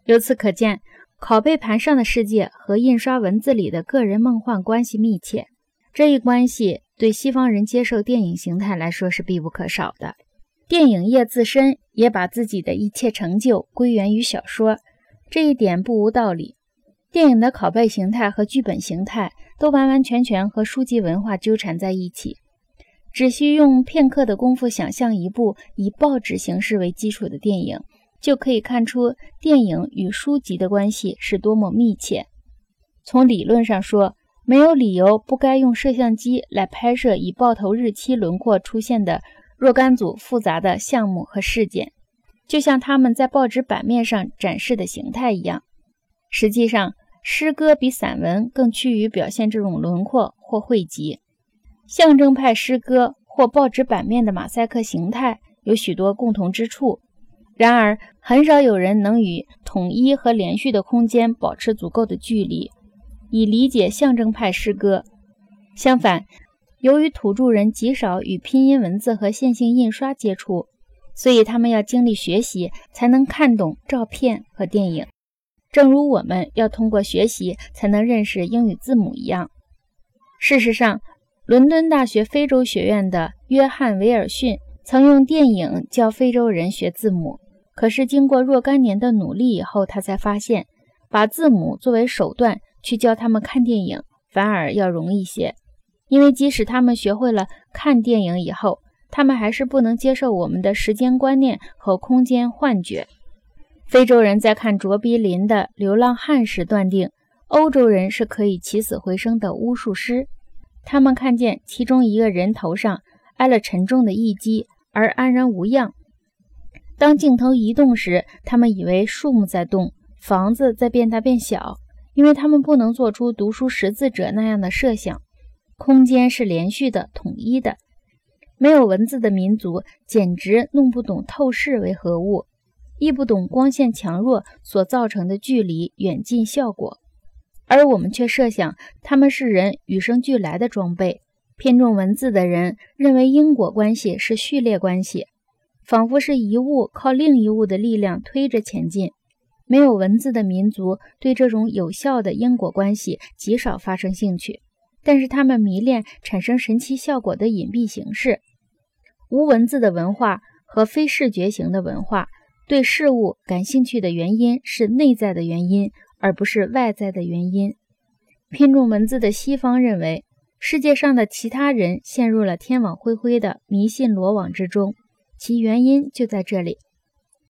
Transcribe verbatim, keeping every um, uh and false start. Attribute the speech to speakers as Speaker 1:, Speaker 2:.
Speaker 1: 由此可见，拷贝盘上的世界和印刷文字里的个人梦幻关系密切。这一关系对西方人接受电影形态来说是必不可少的。电影业自身也把自己的一切成就归源于小说，这一点不无道理。电影的拷贝形态和剧本形态都完完全全和书籍文化纠缠在一起，只需用片刻的功夫想象一部以报纸形式为基础的电影，就可以看出电影与书籍的关系是多么密切。从理论上说，没有理由不该用摄像机来拍摄以爆头日期轮廓出现的若干组复杂的项目和事件，就像他们在报纸版面上展示的形态一样。实际上，诗歌比散文更趋于表现这种轮廓或汇集。象征派诗歌或报纸版面的马赛克形态有许多共同之处，然而很少有人能与统一和连续的空间保持足够的距离，以理解象征派诗歌。相反，由于土著人极少与拼音文字和线性印刷接触，所以他们要经历学习才能看懂照片和电影，正如我们要通过学习才能认识英语字母一样。事实上，伦敦大学非洲学院的约翰·维尔逊曾用电影教非洲人学字母，可是经过若干年的努力以后，他才发现把字母作为手段去教他们看电影反而要容易些，因为即使他们学会了看电影以后，他们还是不能接受我们的时间观念和空间幻觉。非洲人在看卓别林的《流浪汉》时断定，欧洲人是可以起死回生的巫术师。他们看见其中一个人头上挨了沉重的一击，而安然无恙。当镜头移动时，他们以为树木在动，房子在变大变小，因为他们不能做出读书识字者那样的设想。空间是连续的、统一的。没有文字的民族简直弄不懂透视为何物，亦不懂光线强弱所造成的距离远近效果，而我们却设想他们是人与生俱来的装备。偏重文字的人认为因果关系是序列关系，仿佛是一物靠另一物的力量推着前进。没有文字的民族对这种有效的因果关系极少发生兴趣，但是他们迷恋产生神奇效果的隐蔽形式。无文字的文化和非视觉型的文化对事物感兴趣的原因是内在的原因，而不是外在的原因。偏重文字的西方认为，世界上的其他人陷入了天网恢恢的迷信罗网之中，其原因就在这里。